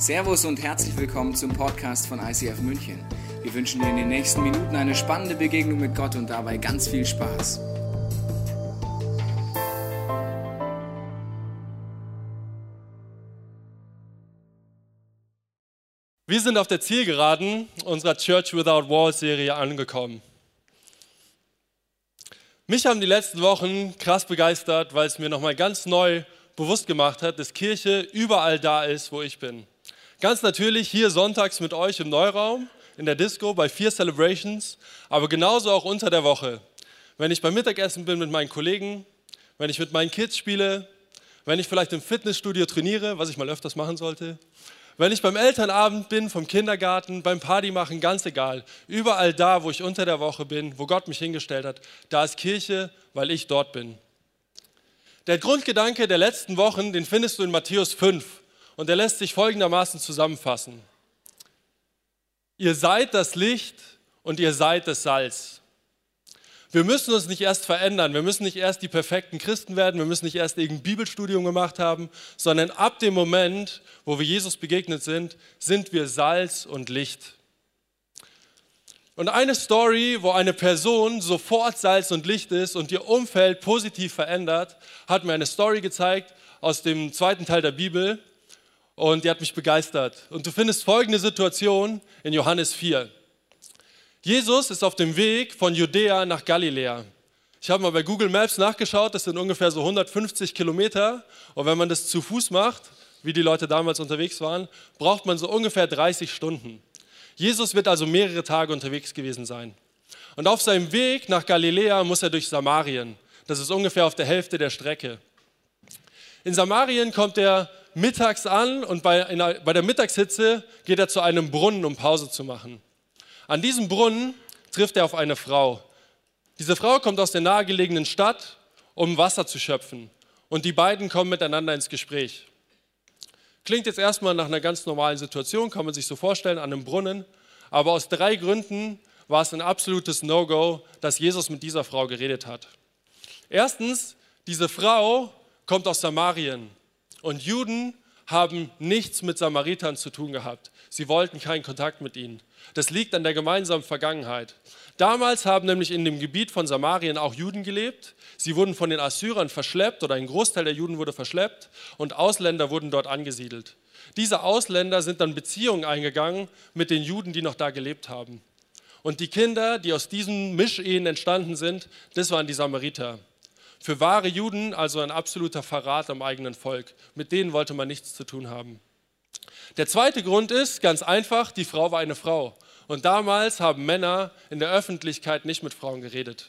Servus und herzlich willkommen zum Podcast von ICF München. Wir wünschen dir in den nächsten Minuten eine spannende Begegnung mit Gott und dabei ganz viel Spaß. Wir sind auf der Zielgeraden unserer Church Without Walls Serie angekommen. Mich haben die letzten Wochen krass begeistert, weil es mir nochmal ganz neu bewusst gemacht hat, dass Kirche überall da ist, wo ich bin. Ganz natürlich hier sonntags mit euch im Neuraum, in der Disco, bei 4 Celebrations, aber genauso auch unter der Woche. Wenn ich beim Mittagessen bin mit meinen Kollegen, wenn ich mit meinen Kids spiele, wenn ich vielleicht im Fitnessstudio trainiere, was ich mal öfters machen sollte, wenn ich beim Elternabend bin, vom Kindergarten, beim Party machen, ganz egal. Überall da, wo ich unter der Woche bin, wo Gott mich hingestellt hat, da ist Kirche, weil ich dort bin. Der Grundgedanke der letzten Wochen, den findest du in Matthäus 5 und der lässt sich folgendermaßen zusammenfassen. Ihr seid das Licht und ihr seid das Salz. Wir müssen uns nicht erst verändern, wir müssen nicht erst die perfekten Christen werden, wir müssen nicht erst irgendein Bibelstudium gemacht haben, sondern ab dem Moment, wo wir Jesus begegnet sind, sind wir Salz und Licht. Und eine Story, wo eine Person sofort Salz und Licht ist und ihr Umfeld positiv verändert, hat mir eine Story gezeigt aus dem zweiten Teil der Bibel und die hat mich begeistert. Und du findest folgende Situation in Johannes 4. Jesus ist auf dem Weg von Judäa nach Galiläa. Ich habe mal bei Google Maps nachgeschaut, das sind ungefähr so 150 Kilometer. Und wenn man das zu Fuß macht, wie die Leute damals unterwegs waren, braucht man so ungefähr 30 Stunden. Jesus wird also mehrere Tage unterwegs gewesen sein. Und auf seinem Weg nach Galiläa muss er durch Samarien. Das ist ungefähr auf der Hälfte der Strecke. In Samarien kommt er mittags an und bei der Mittagshitze geht er zu einem Brunnen, um Pause zu machen. An diesem Brunnen trifft er auf eine Frau. Diese Frau kommt aus der nahegelegenen Stadt, um Wasser zu schöpfen. Und die beiden kommen miteinander ins Gespräch. Klingt jetzt erstmal nach einer ganz normalen Situation, kann man sich so vorstellen, an einem Brunnen. Aber aus 3 Gründen war es ein absolutes No-Go, dass Jesus mit dieser Frau geredet hat. Erstens, diese Frau kommt aus Samarien. Und Juden haben nichts mit Samaritern zu tun gehabt. Sie wollten keinen Kontakt mit ihnen. Das liegt an der gemeinsamen Vergangenheit. Damals haben nämlich in dem Gebiet von Samarien auch Juden gelebt. Sie wurden von den Assyrern verschleppt oder ein Großteil der Juden wurde verschleppt und Ausländer wurden dort angesiedelt. Diese Ausländer sind dann Beziehungen eingegangen mit den Juden, die noch da gelebt haben. Und die Kinder, die aus diesen Mischehen entstanden sind, das waren die Samariter. Für wahre Juden also ein absoluter Verrat am eigenen Volk. Mit denen wollte man nichts zu tun haben. Der zweite Grund ist, ganz einfach, die Frau war eine Frau. Und damals haben Männer in der Öffentlichkeit nicht mit Frauen geredet.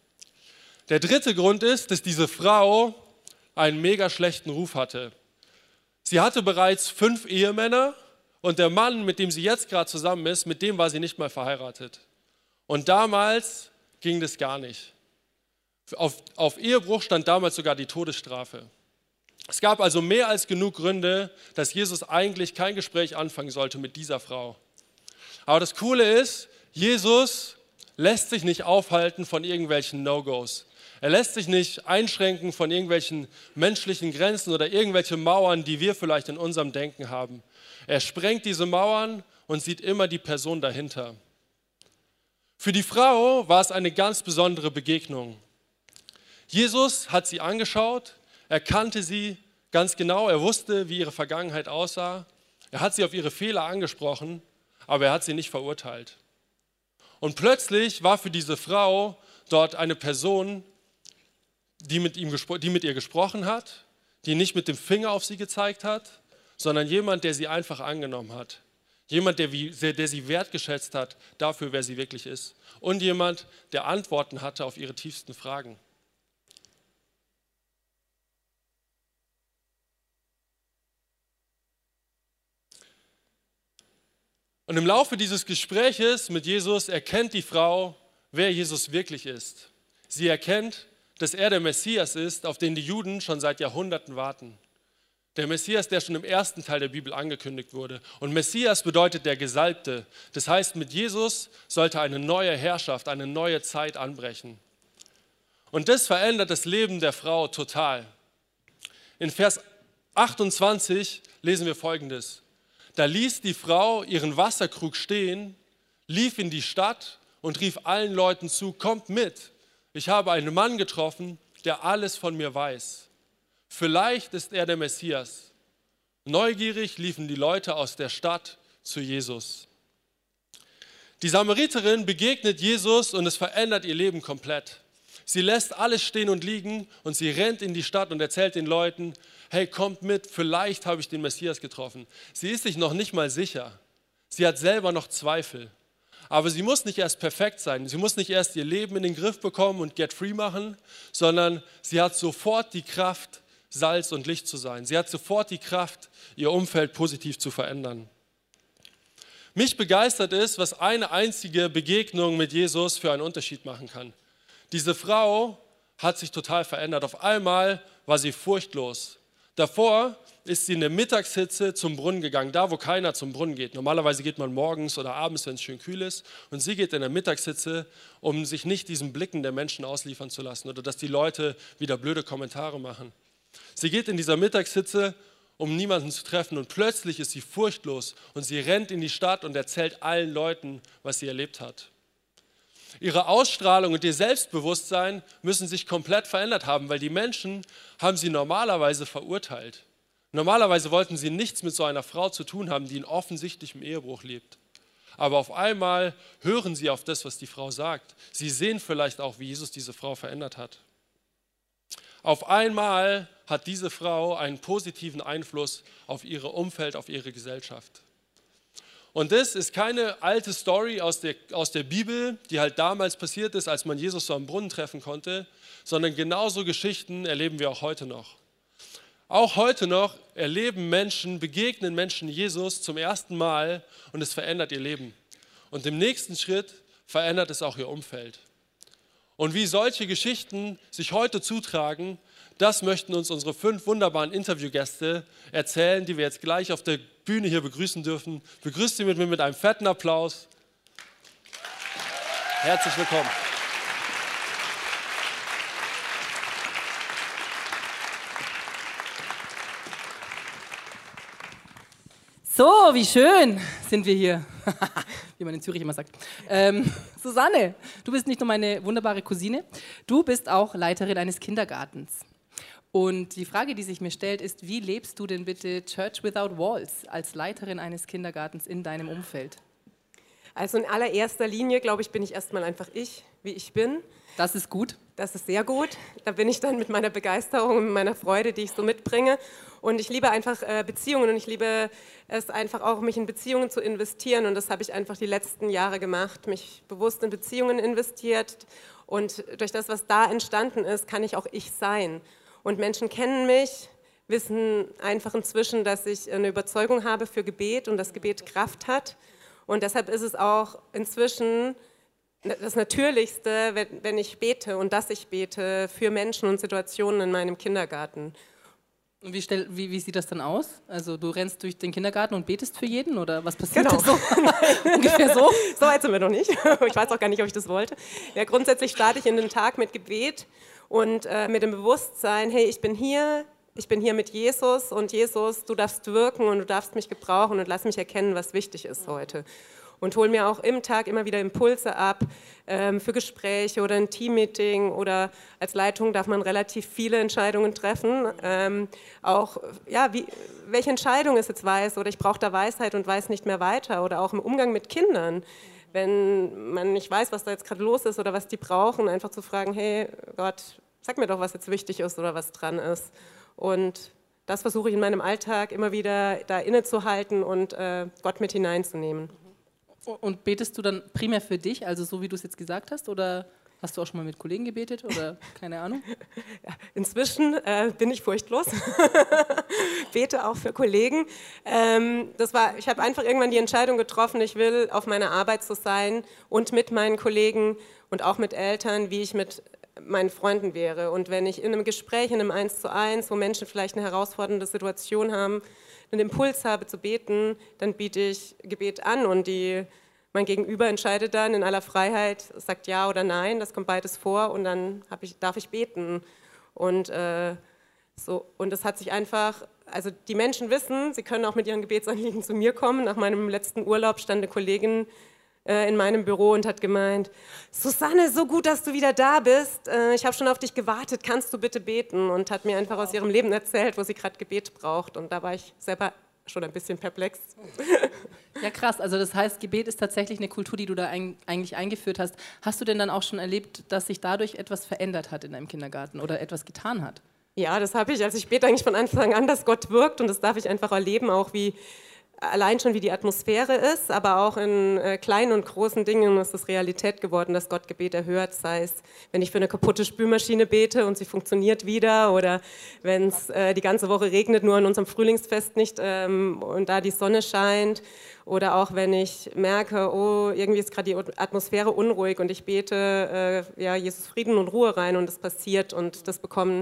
Der dritte Grund ist, dass diese Frau einen mega schlechten Ruf hatte. Sie hatte bereits 5 Ehemänner und der Mann, mit dem sie jetzt gerade zusammen ist, mit dem war sie nicht mal verheiratet. Und damals ging das gar nicht. Auf Ehebruch stand damals sogar die Todesstrafe. Es gab also mehr als genug Gründe, dass Jesus eigentlich kein Gespräch anfangen sollte mit dieser Frau. Aber das Coole ist, Jesus lässt sich nicht aufhalten von irgendwelchen No-Gos. Er lässt sich nicht einschränken von irgendwelchen menschlichen Grenzen oder irgendwelche Mauern, die wir vielleicht in unserem Denken haben. Er sprengt diese Mauern und sieht immer die Person dahinter. Für die Frau war es eine ganz besondere Begegnung. Jesus hat sie angeschaut, er kannte sie ganz genau, er wusste, wie ihre Vergangenheit aussah. Er hat sie auf ihre Fehler angesprochen, aber er hat sie nicht verurteilt. Und plötzlich war für diese Frau dort eine Person, die mit ihr gesprochen hat, die nicht mit dem Finger auf sie gezeigt hat, sondern jemand, der sie einfach angenommen hat. Jemand, der sie wertgeschätzt hat dafür, wer sie wirklich ist. Und jemand, der Antworten hatte auf ihre tiefsten Fragen. Und im Laufe dieses Gespräches mit Jesus erkennt die Frau, wer Jesus wirklich ist. Sie erkennt, dass er der Messias ist, auf den die Juden schon seit Jahrhunderten warten. Der Messias, der schon im ersten Teil der Bibel angekündigt wurde. Und Messias bedeutet der Gesalbte. Das heißt, mit Jesus sollte eine neue Herrschaft, eine neue Zeit anbrechen. Und das verändert das Leben der Frau total. In Vers 28 lesen wir Folgendes. Da ließ die Frau ihren Wasserkrug stehen, lief in die Stadt und rief allen Leuten zu, kommt mit, ich habe einen Mann getroffen, der alles von mir weiß. Vielleicht ist er der Messias. Neugierig liefen die Leute aus der Stadt zu Jesus. Die Samariterin begegnet Jesus und es verändert ihr Leben komplett. Sie lässt alles stehen und liegen und sie rennt in die Stadt und erzählt den Leuten, hey, kommt mit, vielleicht habe ich den Messias getroffen. Sie ist sich noch nicht mal sicher. Sie hat selber noch Zweifel. Aber sie muss nicht erst perfekt sein. Sie muss nicht erst ihr Leben in den Griff bekommen und get free machen, sondern sie hat sofort die Kraft, Salz und Licht zu sein. Sie hat sofort die Kraft, ihr Umfeld positiv zu verändern. Mich begeistert es, was eine einzige Begegnung mit Jesus für einen Unterschied machen kann. Diese Frau hat sich total verändert. Auf einmal war sie furchtlos. Davor ist sie in der Mittagshitze zum Brunnen gegangen, da wo keiner zum Brunnen geht. Normalerweise geht man morgens oder abends, wenn es schön kühl ist. Und sie geht in der Mittagshitze, um sich nicht diesen Blicken der Menschen ausliefern zu lassen oder dass die Leute wieder blöde Kommentare machen. Sie geht in dieser Mittagshitze, um niemanden zu treffen und plötzlich ist sie furchtlos und sie rennt in die Stadt und erzählt allen Leuten, was sie erlebt hat. Ihre Ausstrahlung und ihr Selbstbewusstsein müssen sich komplett verändert haben, weil die Menschen haben sie normalerweise verurteilt. Normalerweise wollten sie nichts mit so einer Frau zu tun haben, die in offensichtlichem Ehebruch lebt. Aber auf einmal hören sie auf das, was die Frau sagt. Sie sehen vielleicht auch, wie Jesus diese Frau verändert hat. Auf einmal hat diese Frau einen positiven Einfluss auf ihr Umfeld, auf ihre Gesellschaft. Und das ist keine alte Story aus der Bibel, die halt damals passiert ist, als man Jesus so am Brunnen treffen konnte, sondern genauso Geschichten erleben wir auch heute noch. Auch heute noch begegnen Menschen Jesus zum ersten Mal und es verändert ihr Leben. Und im nächsten Schritt verändert es auch ihr Umfeld. Und wie solche Geschichten sich heute zutragen, das möchten uns unsere 5 wunderbaren Interviewgäste erzählen, die wir jetzt gleich auf der Bühne hier begrüßen dürfen. Begrüßt sie mit mir mit einem fetten Applaus. Herzlich willkommen. So, wie schön sind wir hier, wie man in Zürich immer sagt. Susanne, du bist nicht nur meine wunderbare Cousine, du bist auch Leiterin eines Kindergartens. Und die Frage, die sich mir stellt, ist, wie lebst du denn bitte Church Without Walls als Leiterin eines Kindergartens in deinem Umfeld? Also in allererster Linie, glaube ich, bin ich erstmal einfach ich, wie ich bin. Das ist gut. Das ist sehr gut. Da bin ich dann mit meiner Begeisterung und mit meiner Freude, die ich so mitbringe. Und ich liebe einfach Beziehungen und ich liebe es einfach auch, mich in Beziehungen zu investieren. Und das habe ich einfach die letzten Jahre gemacht, mich bewusst in Beziehungen investiert. Und durch das, was da entstanden ist, kann ich auch ich sein. Und Menschen kennen mich, wissen einfach inzwischen, dass ich eine Überzeugung habe für Gebet und dass Gebet Kraft hat. Und deshalb ist es auch inzwischen das Natürlichste, wenn ich bete und dass ich bete für Menschen und Situationen in meinem Kindergarten. Und wie sieht das dann aus? Also du rennst durch den Kindergarten und betest für jeden oder was passiert Genau. da so? Ungefähr so? So weit sind wir noch nicht. Ich weiß auch gar nicht, ob ich das wollte. Ja, grundsätzlich starte ich in den Tag mit Gebet und mit dem Bewusstsein, hey, ich bin hier mit Jesus und Jesus, du darfst wirken und du darfst mich gebrauchen und lass mich erkennen, was wichtig ist heute. Und hol mir auch im Tag immer wieder Impulse ab für Gespräche oder ein Teammeeting oder als Leitung darf man relativ viele Entscheidungen treffen. Auch, ja, welche Entscheidung ist jetzt weiß oder ich brauche da Weisheit und weiß nicht mehr weiter oder auch im Umgang mit Kindern. Wenn man nicht weiß, was da jetzt gerade los ist oder was die brauchen, einfach zu fragen, hey Gott, sag mir doch, was jetzt wichtig ist oder was dran ist. Und das versuche ich in meinem Alltag immer wieder da innezuhalten und Gott mit hineinzunehmen. Und betest du dann primär für dich, also so wie du es jetzt gesagt hast, oder hast du auch schon mal mit Kollegen gebetet oder keine Ahnung? Ja, inzwischen bin ich furchtlos, bete auch für Kollegen. Ich habe einfach irgendwann die Entscheidung getroffen, ich will auf meiner Arbeit so sein und mit meinen Kollegen und auch mit Eltern, wie ich mit meinen Freunden wäre. Und wenn ich in einem Gespräch, in einem 1:1, wo Menschen vielleicht eine herausfordernde Situation haben, einen Impuls habe zu beten, dann biete ich Gebet an und mein Gegenüber entscheidet dann in aller Freiheit, sagt ja oder nein, das kommt beides vor und dann darf ich beten. Und es hat sich einfach also die Menschen wissen, sie können auch mit ihren Gebetsanliegen zu mir kommen. Nach meinem letzten Urlaub stand eine Kollegin in meinem Büro und hat gemeint, Susanne, so gut, dass du wieder da bist. Ich habe schon auf dich gewartet, kannst du bitte beten? Und hat mir einfach aus ihrem Leben erzählt, wo sie gerade Gebet braucht. Und da war ich selber schon ein bisschen perplex. Ja, krass. Also das heißt, Gebet ist tatsächlich eine Kultur, die du da eigentlich eingeführt hast. Hast du denn dann auch schon erlebt, dass sich dadurch etwas verändert hat in deinem Kindergarten oder etwas getan hat? Ja, das habe ich. Also ich bete eigentlich von Anfang an, dass Gott wirkt und das darf ich einfach erleben, auch allein schon wie die Atmosphäre ist, aber auch in kleinen und großen Dingen ist es Realität geworden, dass Gott Gebet erhört, sei es, wenn ich für eine kaputte Spülmaschine bete und sie funktioniert wieder oder wenn es die ganze Woche regnet, nur an unserem Frühlingsfest nicht und da die Sonne scheint oder auch wenn ich merke, oh, irgendwie ist gerade die Atmosphäre unruhig und ich bete, Jesus Frieden und Ruhe rein und es passiert und das bekommen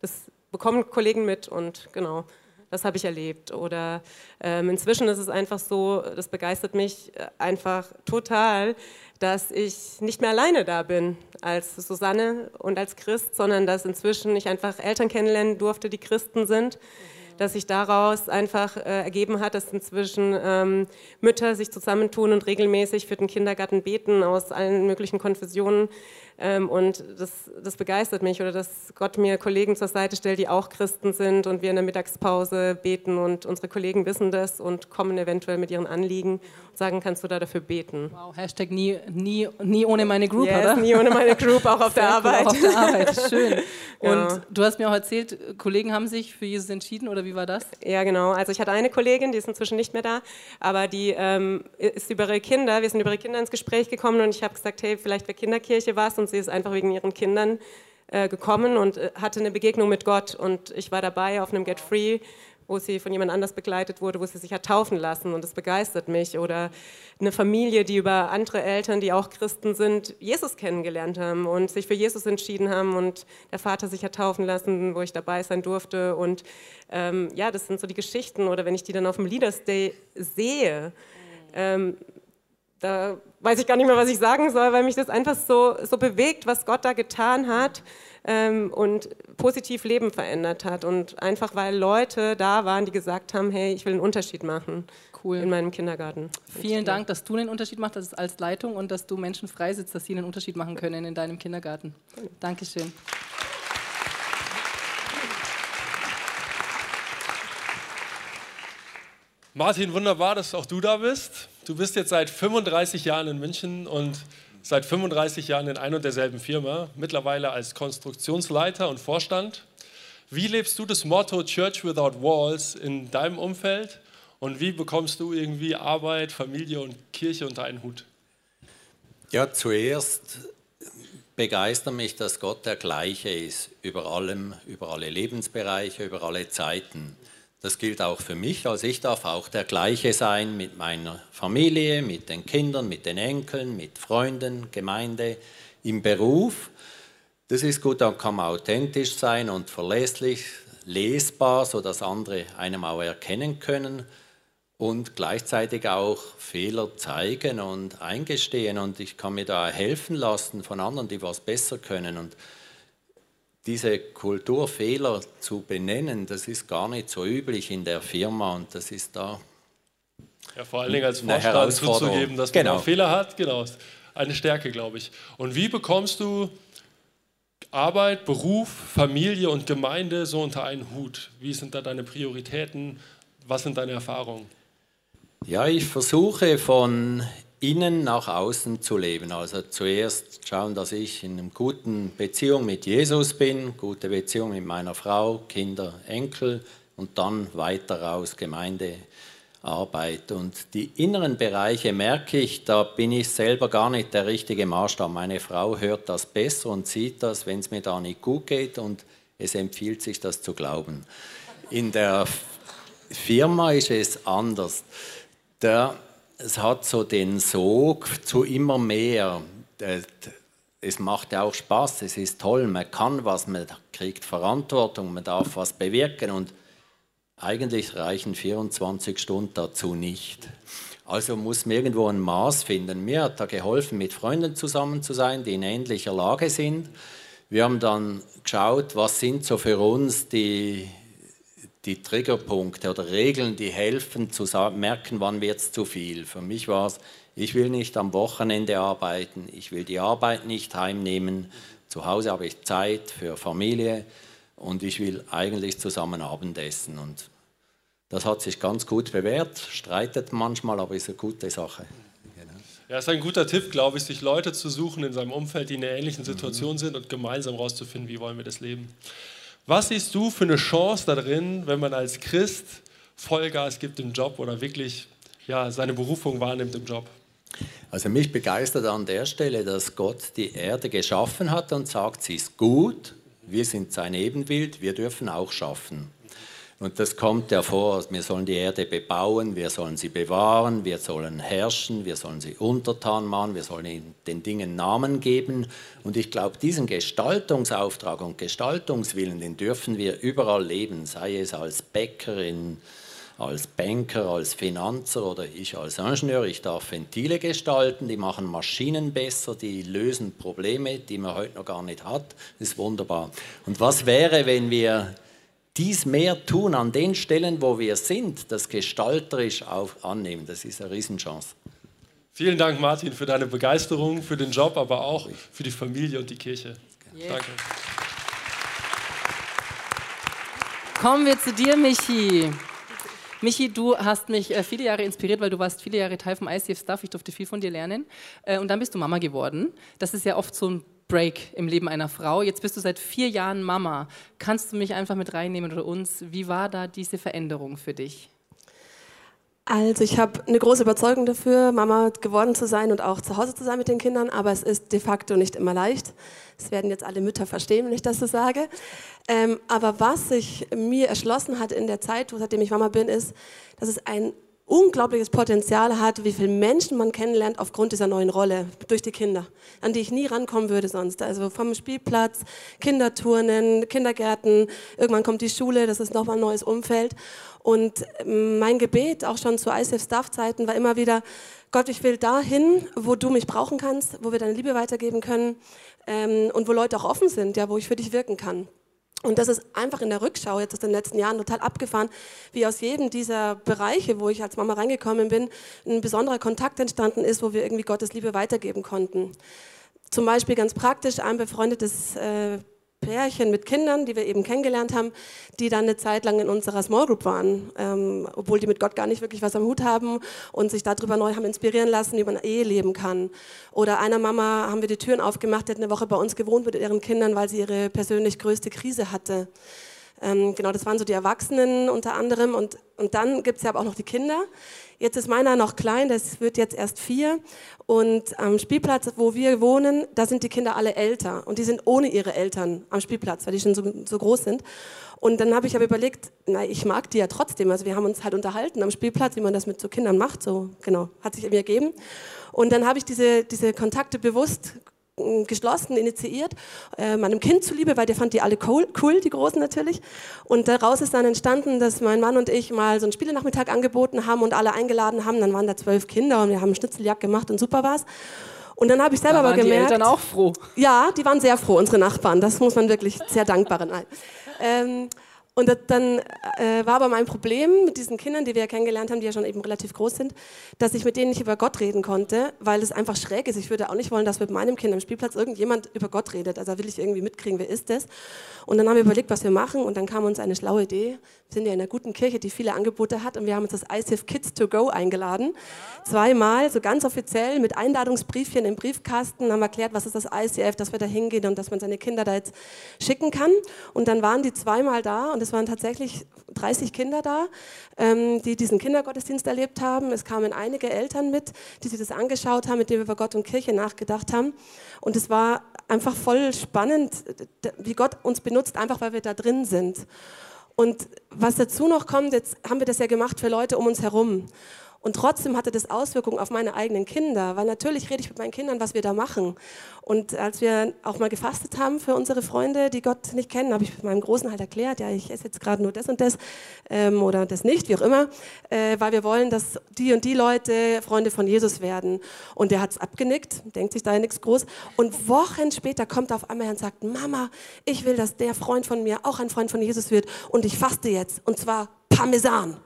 Kollegen mit und genau. Das habe ich erlebt. Oder inzwischen ist es einfach so, das begeistert mich einfach total, dass ich nicht mehr alleine da bin als Susanne und als Christ, sondern dass inzwischen ich einfach Eltern kennenlernen durfte, die Christen sind. Dass sich daraus einfach ergeben hat, dass inzwischen Mütter sich zusammentun und regelmäßig für den Kindergarten beten aus allen möglichen Konfessionen. Und das begeistert mich, oder dass Gott mir Kollegen zur Seite stellt, die auch Christen sind und wir in der Mittagspause beten und unsere Kollegen wissen das und kommen eventuell mit ihren Anliegen und sagen, kannst du da dafür beten? Wow, Hashtag nie ohne meine Group, yes, oder? Nie ohne meine Group, auch auf der Arbeit. Cool, auch auf der Arbeit, schön. Ja. Und du hast mir auch erzählt, Kollegen haben sich für Jesus entschieden, oder wie war das? Ja, genau. Also ich hatte eine Kollegin, die ist inzwischen nicht mehr da, aber die ist über ihre Kinder, wir sind über ihre Kinder ins Gespräch gekommen und ich habe gesagt, hey, vielleicht wäre Kinderkirche was, und sie ist einfach wegen ihren Kindern gekommen und hatte eine Begegnung mit Gott und ich war dabei auf einem Get Free, wo sie von jemand anders begleitet wurde, wo sie sich hat taufen lassen und das begeistert mich. Oder eine Familie, die über andere Eltern, die auch Christen sind, Jesus kennengelernt haben und sich für Jesus entschieden haben und der Vater sich hat taufen lassen, wo ich dabei sein durfte. Und ja, das sind so die Geschichten. Oder wenn ich die dann auf dem Leaders Day sehe, da weiß ich gar nicht mehr, was ich sagen soll, weil mich das einfach so bewegt, was Gott da getan hat und positiv Leben verändert hat. Und einfach, weil Leute da waren, die gesagt haben, hey, ich will einen Unterschied machen in meinem Kindergarten. Vielen Dank, dass du einen Unterschied machst als Leitung und dass du Menschen freisetzt, dass sie einen Unterschied machen können in deinem Kindergarten. Dankeschön. Martin, wunderbar, dass auch du da bist. Du bist jetzt seit 35 Jahren in München und seit 35 Jahren in ein und derselben Firma, mittlerweile als Konstruktionsleiter und Vorstand. Wie lebst du das Motto Church Without Walls in deinem Umfeld und wie bekommst du irgendwie Arbeit, Familie und Kirche unter einen Hut? Ja, zuerst begeistert mich, dass Gott der Gleiche ist, über allem, über alle Lebensbereiche, über alle Zeiten. Das gilt auch für mich, also ich darf auch der Gleiche sein mit meiner Familie, mit den Kindern, mit den Enkeln, mit Freunden, Gemeinde, im Beruf. Das ist gut, dann kann man authentisch sein und verlässlich, lesbar, sodass andere einem auch erkennen können und gleichzeitig auch Fehler zeigen und eingestehen. Und ich kann mir da helfen lassen von anderen, die was besser können. Und diese Kultur, Fehler zu benennen, das ist gar nicht so üblich in der Firma und das ist da ja, vor allen Dingen als Vorstand zuzugeben, dass man auch Fehler hat, genau, eine Stärke, glaube ich. Und wie bekommst du Arbeit, Beruf, Familie und Gemeinde so unter einen Hut? Wie sind da deine Prioritäten? Was sind deine Erfahrungen? Ja, ich versuche von innen nach außen zu leben. Also zuerst schauen, dass ich in einer guten Beziehung mit Jesus bin, gute Beziehung mit meiner Frau, Kinder, Enkel und dann weiter raus Gemeindearbeit. Und die inneren Bereiche merke ich, da bin ich selber gar nicht der richtige Maßstab. Meine Frau hört das besser und sieht das, wenn es mir da nicht gut geht und es empfiehlt sich, das zu glauben. In der Firma ist es anders. Es hat so den Sog zu immer mehr. Es macht ja auch Spaß, es ist toll, man kann was, man kriegt Verantwortung, man darf was bewirken und eigentlich reichen 24 Stunden dazu nicht. Also muss man irgendwo ein Maß finden. Mir hat da geholfen, mit Freunden zusammen zu sein, die in ähnlicher Lage sind. Wir haben dann geschaut, was sind so für uns die die Triggerpunkte oder Regeln, die helfen zu merken, wann wird es zu viel. Für mich war es, ich will nicht am Wochenende arbeiten, ich will die Arbeit nicht heimnehmen, zu Hause habe ich Zeit für Familie und ich will eigentlich zusammen Abendessen. Und das hat sich ganz gut bewährt, streitet manchmal, aber ist eine gute Sache. Ja, ist ein guter Tipp, glaube ich, sich Leute zu suchen in seinem Umfeld, die in einer ähnlichen Situation sind und gemeinsam herauszufinden, wie wollen wir das leben. Was siehst du für eine Chance darin, wenn man als Christ Vollgas gibt im Job oder wirklich seine Berufung wahrnimmt im Job? Also mich begeistert an der Stelle, dass Gott die Erde geschaffen hat und sagt, sie ist gut, wir sind sein Ebenbild, wir dürfen auch schaffen. Und das kommt ja vor, wir sollen die Erde bebauen, wir sollen sie bewahren, wir sollen herrschen, wir sollen sie untertan machen, wir sollen den Dingen Namen geben. Und ich glaube, diesen Gestaltungsauftrag und Gestaltungswillen, den dürfen wir überall leben, sei es als Bäckerin, als Banker, als Finanzer oder ich als Ingenieur. Ich darf Ventile gestalten, die machen Maschinen besser, die lösen Probleme, die man heute noch gar nicht hat. Das ist wunderbar. Und was wäre, wenn wir dies mehr tun an den Stellen, wo wir sind, das gestalterisch annehmen? Das ist eine Riesenchance. Vielen Dank, Martin, für deine Begeisterung, für den Job, aber auch für die Familie und die Kirche. Yes. Danke. Kommen wir zu dir, Michi. Michi, du hast mich viele Jahre inspiriert, weil du warst viele Jahre Teil vom ICF Staff. Ich durfte viel von dir lernen. Und dann bist du Mama geworden. Das ist ja oft so ein Break im Leben einer Frau. Jetzt bist du seit 4 Jahren Mama. Kannst du mich einfach mit reinnehmen oder uns? Wie war da diese Veränderung für dich? Also ich habe eine große Überzeugung dafür, Mama geworden zu sein und auch zu Hause zu sein mit den Kindern, aber es ist de facto nicht immer leicht. Das werden jetzt alle Mütter verstehen, wenn ich das so sage. Aber was sich mir erschlossen hat in der Zeit, seitdem ich Mama bin, ist, dass es ein unglaubliches Potenzial hat, wie viele Menschen man kennenlernt aufgrund dieser neuen Rolle durch die Kinder, an die ich nie rankommen würde sonst. Also vom Spielplatz, Kinderturnen, Kindergärten, irgendwann kommt die Schule, das ist nochmal ein neues Umfeld. Und mein Gebet, auch schon zu ICF-Staff-Zeiten, war immer wieder, Gott, ich will dahin, wo du mich brauchen kannst, wo wir deine Liebe weitergeben können und wo Leute auch offen sind, ja, wo ich für dich wirken kann. Und das ist einfach in der Rückschau jetzt aus den letzten Jahren total abgefahren, wie aus jedem dieser Bereiche, wo ich als Mama reingekommen bin, ein besonderer Kontakt entstanden ist, wo wir irgendwie Gottes Liebe weitergeben konnten. Zum Beispiel ganz praktisch ein befreundetes Pärchen mit Kindern, die wir eben kennengelernt haben, die dann eine Zeit lang in unserer Small Group waren, obwohl die mit Gott gar nicht wirklich was am Hut haben und sich darüber neu haben inspirieren lassen, wie man Ehe leben kann. Oder einer Mama haben wir die Türen aufgemacht, die hat eine Woche bei uns gewohnt mit ihren Kindern, weil sie ihre persönlich größte Krise hatte. Genau, das waren so die Erwachsenen unter anderem und dann gibt es ja aber auch noch die Kinder. Jetzt ist meiner noch klein, das wird jetzt erst 4 und am Spielplatz, wo wir wohnen, da sind die Kinder alle älter und die sind ohne ihre Eltern am Spielplatz, weil die schon so groß sind. Und dann habe ich aber überlegt, ich mag die ja trotzdem, also wir haben uns halt unterhalten am Spielplatz, wie man das mit so Kindern macht, so genau, hat sich irgendwie ergeben. Und dann habe ich diese Kontakte bewusst geschlossen, initiiert, meinem Kind zuliebe, weil der fand die alle cool, die Großen natürlich. Und daraus ist dann entstanden, dass mein Mann und ich mal so einen Spielenachmittag angeboten haben und alle eingeladen haben. Dann waren da 12 Kinder und wir haben Schnitzeljagd gemacht und super war's. Und dann habe ich selber aber gemerkt... Da waren die Eltern auch froh. Ja, die waren sehr froh, unsere Nachbarn. Das muss man wirklich sehr dankbar sein. Und dann war aber mein Problem mit diesen Kindern, die wir ja kennengelernt haben, die ja schon eben relativ groß sind, dass ich mit denen nicht über Gott reden konnte, weil es einfach schräg ist. Ich würde auch nicht wollen, dass mit meinem Kind am Spielplatz irgendjemand über Gott redet. Also da will ich irgendwie mitkriegen, wer ist das? Und dann haben wir überlegt, was wir machen und dann kam uns eine schlaue Idee. Wir sind ja in einer guten Kirche, die viele Angebote hat und wir haben uns das ICF Kids to Go eingeladen. 2-mal, so ganz offiziell mit Einladungsbriefchen im Briefkasten, haben wir erklärt, was ist das ICF, dass wir da hingehen und dass man seine Kinder da jetzt schicken kann. Und dann waren die 2-mal da und es waren tatsächlich 30 Kinder da, die diesen Kindergottesdienst erlebt haben. Es kamen einige Eltern mit, die sich das angeschaut haben, mit denen wir über Gott und Kirche nachgedacht haben. Und es war einfach voll spannend, wie Gott uns benutzt, einfach weil wir da drin sind. Und was dazu noch kommt, jetzt haben wir das ja gemacht für Leute um uns herum. Und trotzdem hatte das Auswirkungen auf meine eigenen Kinder, weil natürlich rede ich mit meinen Kindern, was wir da machen. Und als wir auch mal gefastet haben für unsere Freunde, die Gott nicht kennen, habe ich meinem Großen halt erklärt, ja, ich esse jetzt gerade nur das und das oder das nicht, wie auch immer, weil wir wollen, dass die und die Leute Freunde von Jesus werden. Und der hat es abgenickt, denkt sich da ja nichts groß. Und Wochen später kommt er auf einmal her und sagt, Mama, ich will, dass der Freund von mir auch ein Freund von Jesus wird und ich faste jetzt, und zwar Parmesan.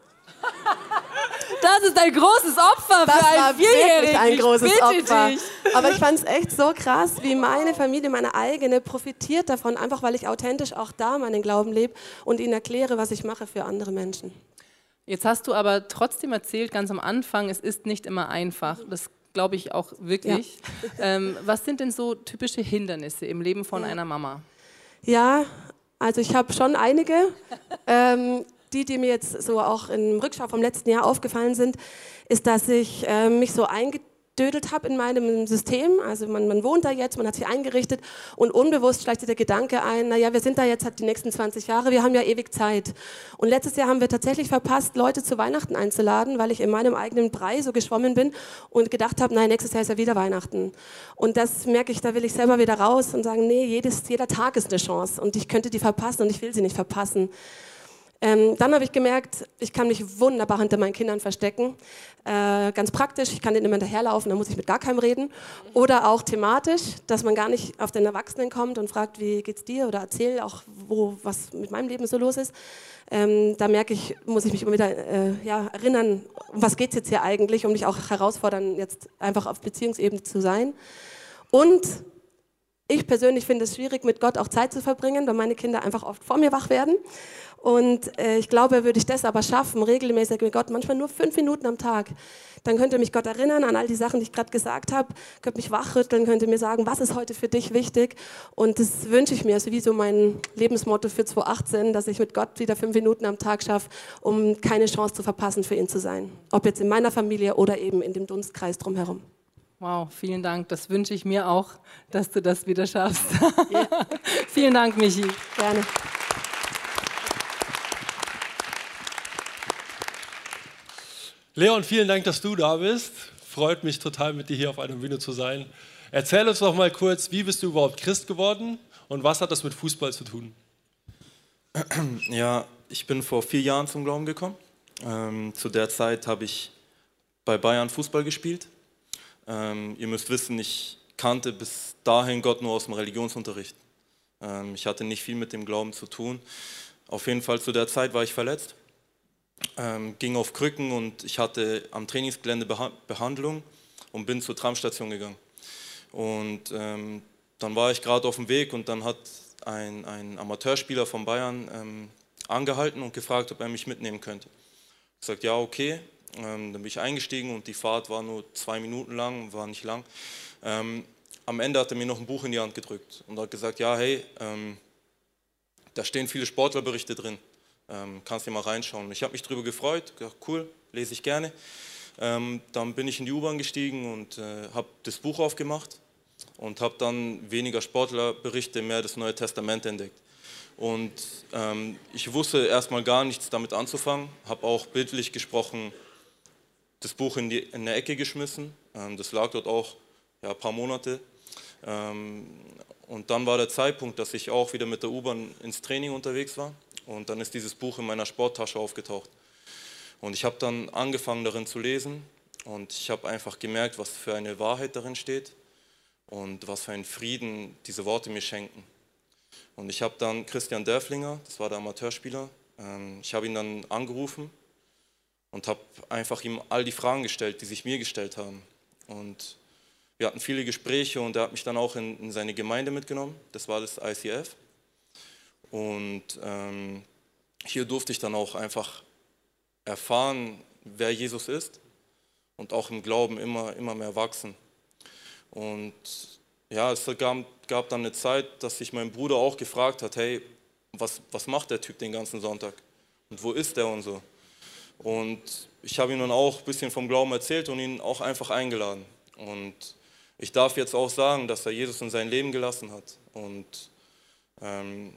Das ist ein großes Opfer Das für war einen Vierjährigen. wirklich ein großes Ich bitte Opfer. dich. Aber ich fand es echt so krass, wie meine Familie, meine eigene, profitiert davon, einfach weil ich authentisch auch da meinen Glauben lebe und ihnen erkläre, was ich mache für andere Menschen. Jetzt hast du aber trotzdem erzählt, ganz am Anfang, es ist nicht immer einfach. Das glaube ich auch wirklich. Ja. Was sind denn so typische Hindernisse im Leben von einer Mama? Ja, also ich habe schon einige. Die mir jetzt so auch im Rückschau vom letzten Jahr aufgefallen sind, ist, dass ich mich so eingedödelt habe in meinem System. Also man wohnt da jetzt, man hat sich eingerichtet und unbewusst schleicht sich der Gedanke ein, naja, wir sind da jetzt halt die nächsten 20 Jahre, wir haben ja ewig Zeit. Und letztes Jahr haben wir tatsächlich verpasst, Leute zu Weihnachten einzuladen, weil ich in meinem eigenen Brei so geschwommen bin und gedacht habe, nein, nächstes Jahr ist ja wieder Weihnachten. Und das merke ich, da will ich selber wieder raus und sagen, nee, jeder Tag ist eine Chance und ich könnte die verpassen und ich will sie nicht verpassen. Dann habe ich gemerkt, ich kann mich wunderbar hinter meinen Kindern verstecken. Ganz praktisch, ich kann denen immer hinterherlaufen, dann muss ich mit gar keinem reden. Oder auch thematisch, dass man gar nicht auf den Erwachsenen kommt und fragt, wie geht's dir? Oder erzähl auch, was mit meinem Leben so los ist. Da merke ich, muss ich mich immer wieder erinnern, um was geht's jetzt hier eigentlich, um mich auch herausfordern, jetzt einfach auf Beziehungsebene zu sein. Und ich persönlich finde es schwierig, mit Gott auch Zeit zu verbringen, weil meine Kinder einfach oft vor mir wach werden. Und ich glaube, würde ich das aber schaffen, regelmäßig mit Gott, manchmal nur 5 Minuten am Tag, dann könnte mich Gott erinnern an all die Sachen, die ich gerade gesagt habe, könnte mich wachrütteln, könnte mir sagen, was ist heute für dich wichtig. Und das wünsche ich mir, also wie so mein Lebensmotto für 2018, dass ich mit Gott wieder 5 Minuten am Tag schaffe, um keine Chance zu verpassen, für ihn zu sein. Ob jetzt in meiner Familie oder eben in dem Dunstkreis drumherum. Wow, vielen Dank. Das wünsche ich mir auch, dass du das wieder schaffst. Yeah. Vielen Dank, Michi. Gerne. Leon, vielen Dank, dass du da bist. Freut mich total, mit dir hier auf einer Bühne zu sein. Erzähl uns doch mal kurz, wie bist du überhaupt Christ geworden und was hat das mit Fußball zu tun? Ja, ich bin vor 4 Jahren zum Glauben gekommen. Zu der Zeit habe ich bei Bayern Fußball gespielt. Ihr müsst wissen, ich kannte bis dahin Gott nur aus dem Religionsunterricht. Ich hatte nicht viel mit dem Glauben zu tun. Auf jeden Fall zu der Zeit war ich verletzt. Ging auf Krücken und ich hatte am Trainingsgelände Behandlung und bin zur Tramstation gegangen. Und dann war ich gerade auf dem Weg und dann hat ein Amateurspieler von Bayern angehalten und gefragt, ob er mich mitnehmen könnte. Ich sagte, ja, okay. Dann bin ich eingestiegen und die Fahrt war nur 2 Minuten lang, war nicht lang. Am Ende hat er mir noch ein Buch in die Hand gedrückt und hat gesagt, ja, hey, da stehen viele Sportlerberichte drin. Kannst du mal reinschauen. Ich habe mich darüber gefreut, gedacht, cool, lese ich gerne. Dann bin ich in die U-Bahn gestiegen und habe das Buch aufgemacht und habe dann weniger Sportlerberichte, mehr das Neue Testament entdeckt. Und ich wusste erstmal gar nichts damit anzufangen, habe auch bildlich gesprochen das Buch in eine Ecke geschmissen. Das lag dort auch ein paar Monate. Und dann war der Zeitpunkt, dass ich auch wieder mit der U-Bahn ins Training unterwegs war. Und dann ist dieses Buch in meiner Sporttasche aufgetaucht. Und ich habe dann angefangen darin zu lesen und ich habe einfach gemerkt, was für eine Wahrheit darin steht und was für einen Frieden diese Worte mir schenken. Und ich habe dann Christian Dörflinger, das war der Amateurspieler, ich habe ihn dann angerufen und habe einfach ihm all die Fragen gestellt, die sich mir gestellt haben. Und wir hatten viele Gespräche und er hat mich dann auch in seine Gemeinde mitgenommen, das war das ICF. Und hier durfte ich dann auch einfach erfahren, wer Jesus ist und auch im Glauben immer mehr wachsen. Und ja, es gab dann eine Zeit, dass sich mein Bruder auch gefragt hat, hey, was macht der Typ den ganzen Sonntag und wo ist der und so. Und ich habe ihm dann auch ein bisschen vom Glauben erzählt und ihn auch einfach eingeladen. Und ich darf jetzt auch sagen, dass er Jesus in sein Leben gelassen hat. Und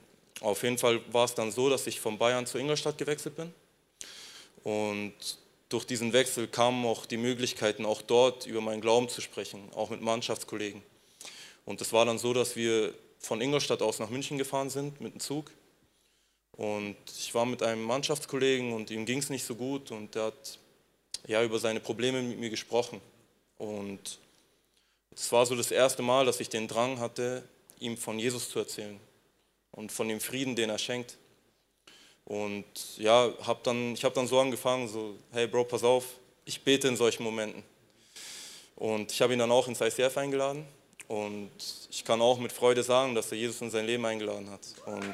auf jeden Fall war es dann so, dass ich von Bayern zu Ingolstadt gewechselt bin. Und durch diesen Wechsel kamen auch die Möglichkeiten, auch dort über meinen Glauben zu sprechen, auch mit Mannschaftskollegen. Und es war dann so, dass wir von Ingolstadt aus nach München gefahren sind mit dem Zug. Und ich war mit einem Mannschaftskollegen und ihm ging es nicht so gut und er hat über seine Probleme mit mir gesprochen. Und es war so das erste Mal, dass ich den Drang hatte, ihm von Jesus zu erzählen und von dem Frieden, den er schenkt. Und ja, ich habe dann so angefangen, so, hey Bro, pass auf, ich bete in solchen Momenten. Und ich habe ihn dann auch ins ICF eingeladen und ich kann auch mit Freude sagen, dass er Jesus in sein Leben eingeladen hat. Und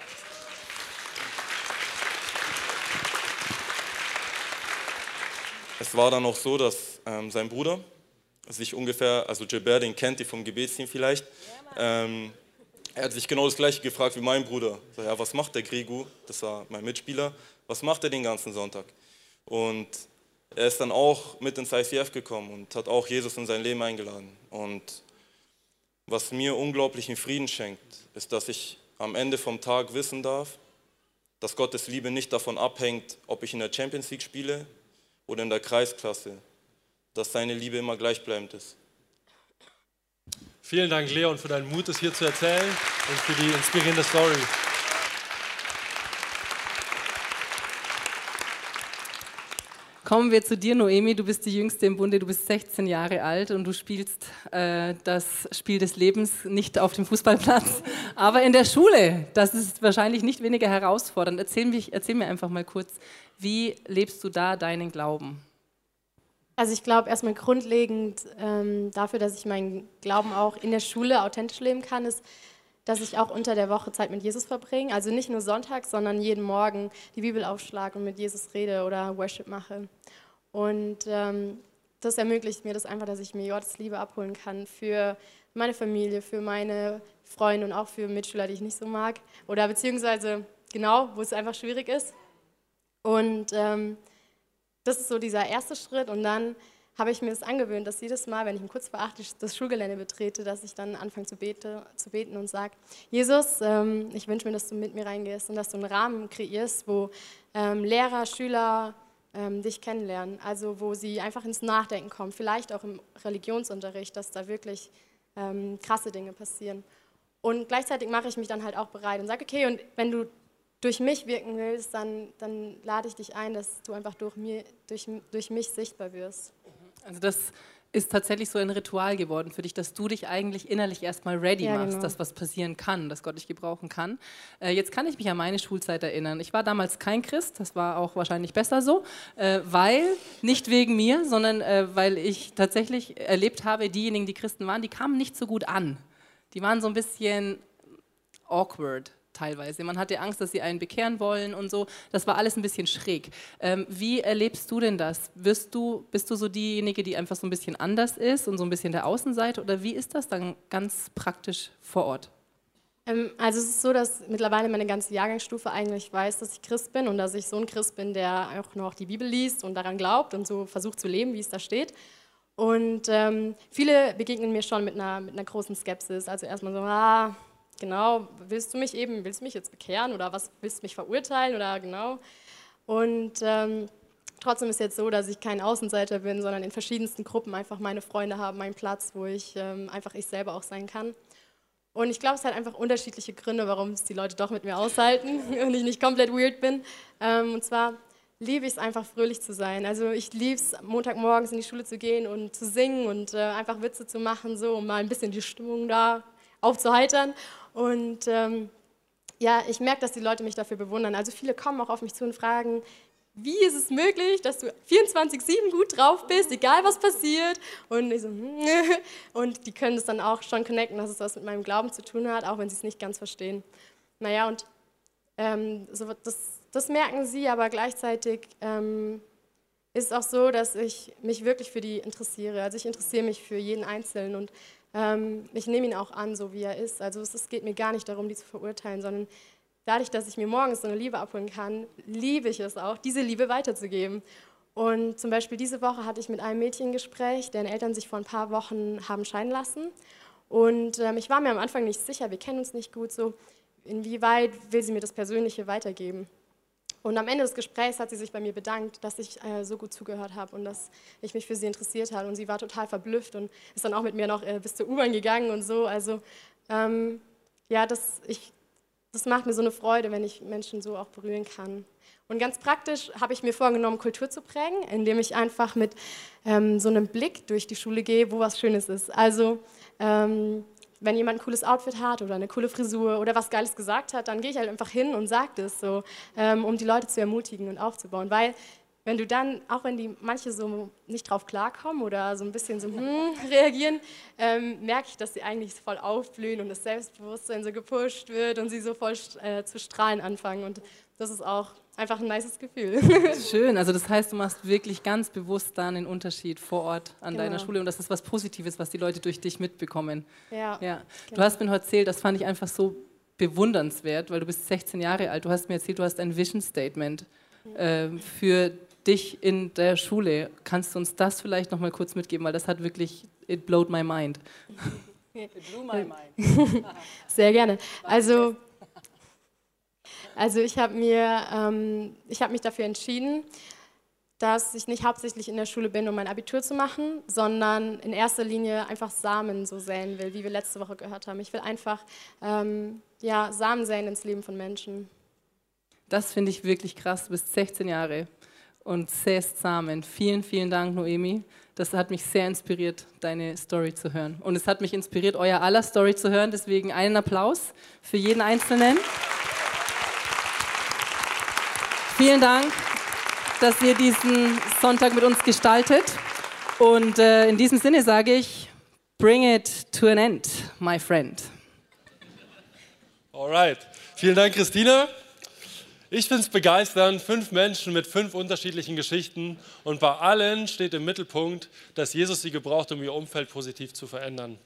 es war dann auch so, dass sein Bruder sich ungefähr, also Gilbert, den kennt ihr vom Gebetsteam vielleicht, er hat sich genau das Gleiche gefragt wie mein Bruder. So, ja, was macht der Grigu? Das war mein Mitspieler. Was macht er den ganzen Sonntag? Und er ist dann auch mit ins ICF gekommen und hat auch Jesus in sein Leben eingeladen. Und was mir unglaublichen Frieden schenkt, ist, dass ich am Ende vom Tag wissen darf, dass Gottes Liebe nicht davon abhängt, ob ich in der Champions League spiele oder in der Kreisklasse, dass seine Liebe immer gleichbleibend ist. Vielen Dank, Leon, für deinen Mut, es hier zu erzählen und für die inspirierende Story. Kommen wir zu dir, Noemi. Du bist die Jüngste im Bunde, du bist 16 Jahre alt und du spielst das Spiel des Lebens nicht auf dem Fußballplatz, aber in der Schule. Das ist wahrscheinlich nicht weniger herausfordernd. Erzähl mir einfach mal kurz, wie lebst du da deinen Glauben? Also ich glaube erstmal grundlegend dafür, dass ich meinen Glauben auch in der Schule authentisch leben kann, ist, dass ich auch unter der Woche Zeit mit Jesus verbringe. Also nicht nur sonntags, sondern jeden Morgen die Bibel aufschlage und mit Jesus rede oder Worship mache. Und das ermöglicht mir das einfach, dass ich mir Gottes Liebe abholen kann für meine Familie, für meine Freunde und auch für Mitschüler, die ich nicht so mag. Oder beziehungsweise genau, wo es einfach schwierig ist. Und das ist so dieser erste Schritt und dann habe ich mir das angewöhnt, dass jedes Mal, wenn ich um kurz vor 8 das Schulgelände betrete, dass ich dann anfange zu beten und sage, Jesus, ich wünsche mir, dass du mit mir reingehst und dass du einen Rahmen kreierst, wo Lehrer, Schüler dich kennenlernen, also wo sie einfach ins Nachdenken kommen, vielleicht auch im Religionsunterricht, dass da wirklich krasse Dinge passieren. Und gleichzeitig mache ich mich dann halt auch bereit und sage, okay, und wenn du durch mich wirken willst, dann lade ich dich ein, dass du einfach durch mich sichtbar wirst. Also das ist tatsächlich so ein Ritual geworden für dich, dass du dich eigentlich innerlich erstmal ready machst, genau. dass was passieren kann, dass Gott dich gebrauchen kann. Jetzt kann ich mich an meine Schulzeit erinnern. Ich war damals kein Christ, das war auch wahrscheinlich besser so, weil, nicht wegen mir, sondern weil ich tatsächlich erlebt habe, diejenigen, die Christen waren, die kamen nicht so gut an. Die waren so ein bisschen awkward. Teilweise. Man hatte Angst, dass sie einen bekehren wollen und so. Das war alles ein bisschen schräg. Wie erlebst du denn das? Bist du so diejenige, die einfach so ein bisschen anders ist und so ein bisschen der Außenseiter? Oder wie ist das dann ganz praktisch vor Ort? Also es ist so, dass mittlerweile meine ganze Jahrgangsstufe eigentlich weiß, dass ich Christ bin und dass ich so ein Christ bin, der auch noch die Bibel liest und daran glaubt und so versucht zu leben, wie es da steht. Und viele begegnen mir schon mit einer großen Skepsis. Also erstmal so, genau, willst du mich jetzt bekehren oder willst du mich verurteilen oder genau? Und trotzdem ist jetzt so, dass ich kein Außenseiter bin, sondern in verschiedensten Gruppen einfach meine Freunde haben, meinen Platz, wo ich einfach ich selber auch sein kann. Und ich glaube, es hat einfach unterschiedliche Gründe, warum es die Leute doch mit mir aushalten und ich nicht komplett weird bin. Und zwar liebe ich es einfach, fröhlich zu sein. Also ich liebe es, Montagmorgens in die Schule zu gehen und zu singen und einfach Witze zu machen, so, um mal ein bisschen die Stimmung da aufzuheitern. Und ich merke, dass die Leute mich dafür bewundern. Also viele kommen auch auf mich zu und fragen, wie ist es möglich, dass du 24/7 gut drauf bist, egal was passiert? Und ich so, und die können es dann auch schon connecten, dass es was mit meinem Glauben zu tun hat, auch wenn sie es nicht ganz verstehen. Naja, und das merken sie, aber gleichzeitig ist es auch so, dass ich mich wirklich für die interessiere. Also ich interessiere mich für jeden Einzelnen und ich nehme ihn auch an, so wie er ist. Also es geht mir gar nicht darum, die zu verurteilen, sondern dadurch, dass ich mir morgens so eine Liebe abholen kann, liebe ich es auch, diese Liebe weiterzugeben. Und zum Beispiel diese Woche hatte ich mit einem Mädchen ein Gespräch, deren Eltern sich vor ein paar Wochen haben scheiden lassen. Und ich war mir am Anfang nicht sicher, wir kennen uns nicht gut, so inwieweit will sie mir das Persönliche weitergeben. Und am Ende des Gesprächs hat sie sich bei mir bedankt, dass ich so gut zugehört habe und dass ich mich für sie interessiert habe. Und sie war total verblüfft und ist dann auch mit mir noch bis zur U-Bahn gegangen und so. Also ja, das macht mir so eine Freude, wenn ich Menschen so auch berühren kann. Und ganz praktisch habe ich mir vorgenommen, Kultur zu prägen, indem ich einfach mit so einem Blick durch die Schule gehe, wo was Schönes ist. Also wenn jemand ein cooles Outfit hat oder eine coole Frisur oder was Geiles gesagt hat, dann gehe ich halt einfach hin und sage das so, um die Leute zu ermutigen und aufzubauen. Weil wenn du dann, auch wenn die manche so nicht drauf klarkommen oder so ein bisschen so reagieren, merke ich, dass sie eigentlich voll aufblühen und das Selbstbewusstsein so gepusht wird und sie so voll zu strahlen anfangen. Und das ist auch einfach ein nices Gefühl. Schön, also das heißt, du machst wirklich ganz bewusst dann den Unterschied vor Ort an deiner Schule und das ist was Positives, was die Leute durch dich mitbekommen. Ja. Du hast mir heute erzählt, das fand ich einfach so bewundernswert, weil du bist 16 Jahre alt, du hast mir erzählt, du hast ein Vision Statement für dich in der Schule. Kannst du uns das vielleicht noch mal kurz mitgeben, weil das hat wirklich, it blowed my mind. It blew my mind. Sehr gerne. Also ich habe mich dafür entschieden, dass ich nicht hauptsächlich in der Schule bin, um mein Abitur zu machen, sondern in erster Linie einfach Samen so säen will, wie wir letzte Woche gehört haben. Ich will einfach Samen säen ins Leben von Menschen. Das finde ich wirklich krass. Du bist 16 Jahre und säst Samen. Vielen, vielen Dank, Noemi. Das hat mich sehr inspiriert, deine Story zu hören. Und es hat mich inspiriert, euer aller Story zu hören. Deswegen einen Applaus für jeden Einzelnen. Vielen Dank, dass ihr diesen Sonntag mit uns gestaltet. Und in diesem Sinne sage ich, bring it to an end, my friend. Alright. Vielen Dank, Christina. Ich finde es begeisternd, 5 Menschen mit 5 unterschiedlichen Geschichten und bei allen steht im Mittelpunkt, dass Jesus sie gebraucht, um ihr Umfeld positiv zu verändern.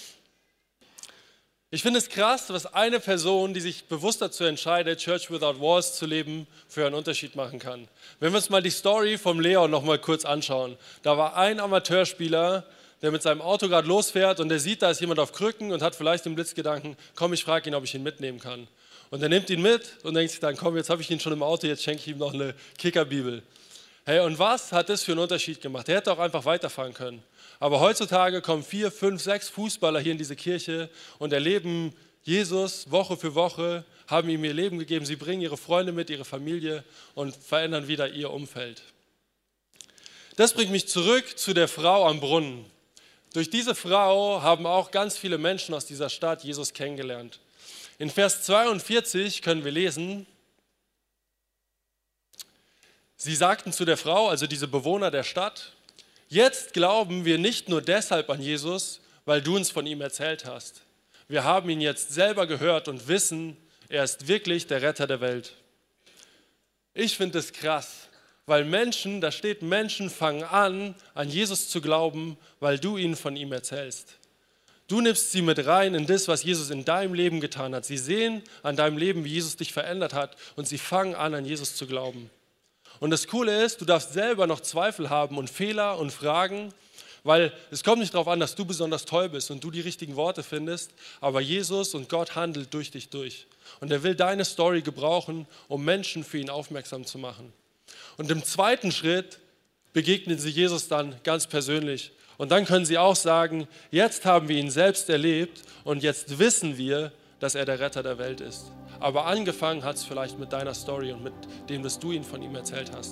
Ich finde es krass, was eine Person, die sich bewusst dazu entscheidet, Church Without Walls zu leben, für einen Unterschied machen kann. Wenn wir uns mal die Story vom Leon noch mal kurz anschauen. Da war ein Amateurspieler, der mit seinem Auto gerade losfährt und der sieht, da ist jemand auf Krücken und hat vielleicht den Blitzgedanken, komm, ich frage ihn, ob ich ihn mitnehmen kann. Und er nimmt ihn mit und denkt sich dann, komm, jetzt habe ich ihn schon im Auto, jetzt schenke ich ihm noch eine Kickerbibel. Hey, und was hat das für einen Unterschied gemacht? Er hätte auch einfach weiterfahren können. Aber heutzutage kommen 4, 5, 6 Fußballer hier in diese Kirche und erleben Jesus Woche für Woche, haben ihm ihr Leben gegeben, sie bringen ihre Freunde mit, ihre Familie und verändern wieder ihr Umfeld. Das bringt mich zurück zu der Frau am Brunnen. Durch diese Frau haben auch ganz viele Menschen aus dieser Stadt Jesus kennengelernt. In Vers 42 können wir lesen, sie sagten zu der Frau, also diese Bewohner der Stadt, jetzt glauben wir nicht nur deshalb an Jesus, weil du uns von ihm erzählt hast. Wir haben ihn jetzt selber gehört und wissen, er ist wirklich der Retter der Welt. Ich finde es krass, weil Menschen, da steht, Menschen fangen an Jesus zu glauben, weil du ihnen von ihm erzählst. Du nimmst sie mit rein in das, was Jesus in deinem Leben getan hat. Sie sehen an deinem Leben, wie Jesus dich verändert hat und sie fangen an Jesus zu glauben. Und das Coole ist, du darfst selber noch Zweifel haben und Fehler und Fragen, weil es kommt nicht darauf an, dass du besonders toll bist und du die richtigen Worte findest, aber Jesus und Gott handelt durch dich durch. Und er will deine Story gebrauchen, um Menschen für ihn aufmerksam zu machen. Und im zweiten Schritt begegnen sie Jesus dann ganz persönlich. Und dann können sie auch sagen, jetzt haben wir ihn selbst erlebt und jetzt wissen wir, dass er der Retter der Welt ist. Aber angefangen hat es vielleicht mit deiner Story und mit dem, dass du ihn von ihm erzählt hast.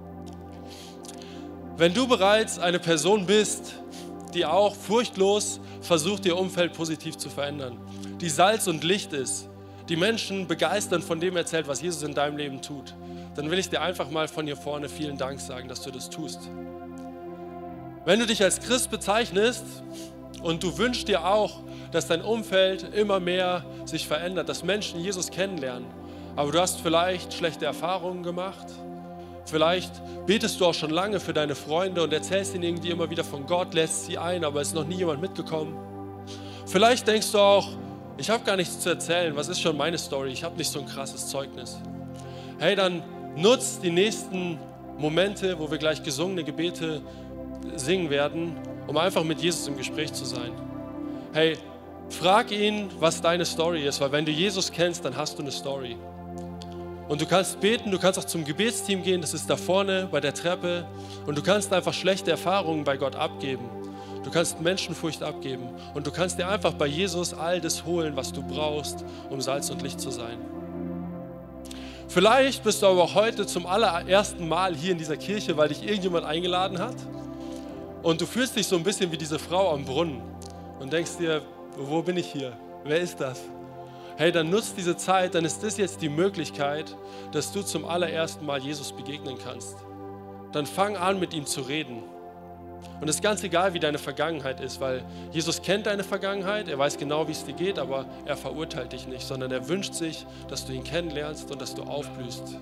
Wenn du bereits eine Person bist, die auch furchtlos versucht, ihr Umfeld positiv zu verändern, die Salz und Licht ist, die Menschen begeistern von dem erzählt, was Jesus in deinem Leben tut, dann will ich dir einfach mal von hier vorne vielen Dank sagen, dass du das tust. Wenn du dich als Christ bezeichnest und du wünschst dir auch, dass dein Umfeld immer mehr sich verändert, dass Menschen Jesus kennenlernen, aber du hast vielleicht schlechte Erfahrungen gemacht, vielleicht betest du auch schon lange für deine Freunde und erzählst ihnen irgendwie immer wieder von Gott, lässt sie ein, aber es ist noch nie jemand mitgekommen. Vielleicht denkst du auch, ich habe gar nichts zu erzählen, was ist schon meine Story, ich habe nicht so ein krasses Zeugnis. Hey, dann nutzt die nächsten Momente, wo wir gleich gesungene Gebete singen werden, um einfach mit Jesus im Gespräch zu sein. Hey, frag ihn, was deine Story ist, weil wenn du Jesus kennst, dann hast du eine Story. Und du kannst beten, du kannst auch zum Gebetsteam gehen, das ist da vorne bei der Treppe. Und du kannst einfach schlechte Erfahrungen bei Gott abgeben. Du kannst Menschenfurcht abgeben. Und du kannst dir einfach bei Jesus all das holen, was du brauchst, um Salz und Licht zu sein. Vielleicht bist du aber auch heute zum allerersten Mal hier in dieser Kirche, weil dich irgendjemand eingeladen hat. Und du fühlst dich so ein bisschen wie diese Frau am Brunnen. Und denkst dir, wo bin ich hier? Wer ist das? Hey, dann nutzt diese Zeit, dann ist das jetzt die Möglichkeit, dass du zum allerersten Mal Jesus begegnen kannst. Dann fang an, mit ihm zu reden. Und es ist ganz egal, wie deine Vergangenheit ist, weil Jesus kennt deine Vergangenheit, er weiß genau, wie es dir geht, aber er verurteilt dich nicht, sondern er wünscht sich, dass du ihn kennenlernst und dass du aufblühst.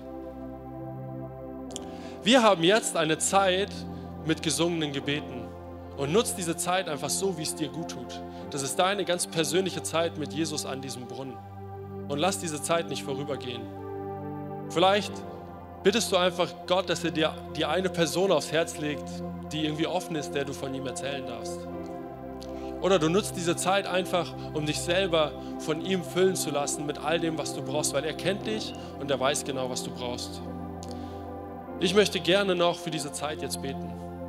Wir haben jetzt eine Zeit mit gesungenen Gebeten und nutzt diese Zeit einfach so, wie es dir gut tut. Das ist deine ganz persönliche Zeit mit Jesus an diesem Brunnen. Und lass diese Zeit nicht vorübergehen. Vielleicht bittest du einfach Gott, dass er dir die eine Person aufs Herz legt, die irgendwie offen ist, der du von ihm erzählen darfst. Oder du nutzt diese Zeit einfach, um dich selber von ihm füllen zu lassen mit all dem, was du brauchst, weil er kennt dich und er weiß genau, was du brauchst. Ich möchte gerne noch für diese Zeit jetzt beten.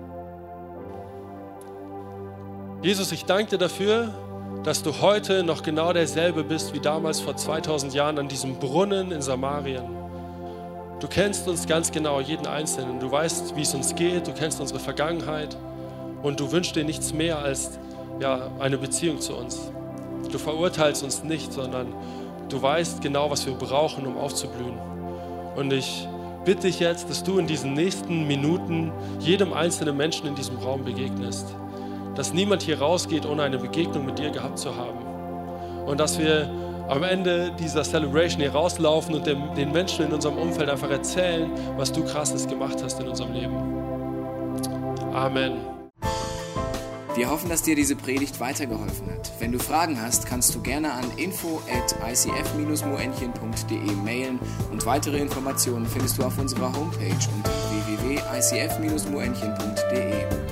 Jesus, ich danke dir dafür, dass du heute noch genau derselbe bist wie damals vor 2000 Jahren an diesem Brunnen in Samarien. Du kennst uns ganz genau, jeden Einzelnen. Du weißt, wie es uns geht, du kennst unsere Vergangenheit und du wünschst dir nichts mehr als eine Beziehung zu uns. Du verurteilst uns nicht, sondern du weißt genau, was wir brauchen, um aufzublühen. Und ich bitte dich jetzt, dass du in diesen nächsten Minuten jedem einzelnen Menschen in diesem Raum begegnest. Dass niemand hier rausgeht, ohne eine Begegnung mit dir gehabt zu haben. Und dass wir am Ende dieser Celebration hier rauslaufen und den Menschen in unserem Umfeld einfach erzählen, was du Krasses gemacht hast in unserem Leben. Amen. Wir hoffen, dass dir diese Predigt weitergeholfen hat. Wenn du Fragen hast, kannst du gerne an info@icf-moenchen.de mailen und weitere Informationen findest du auf unserer Homepage unter www.icf-moenchen.de.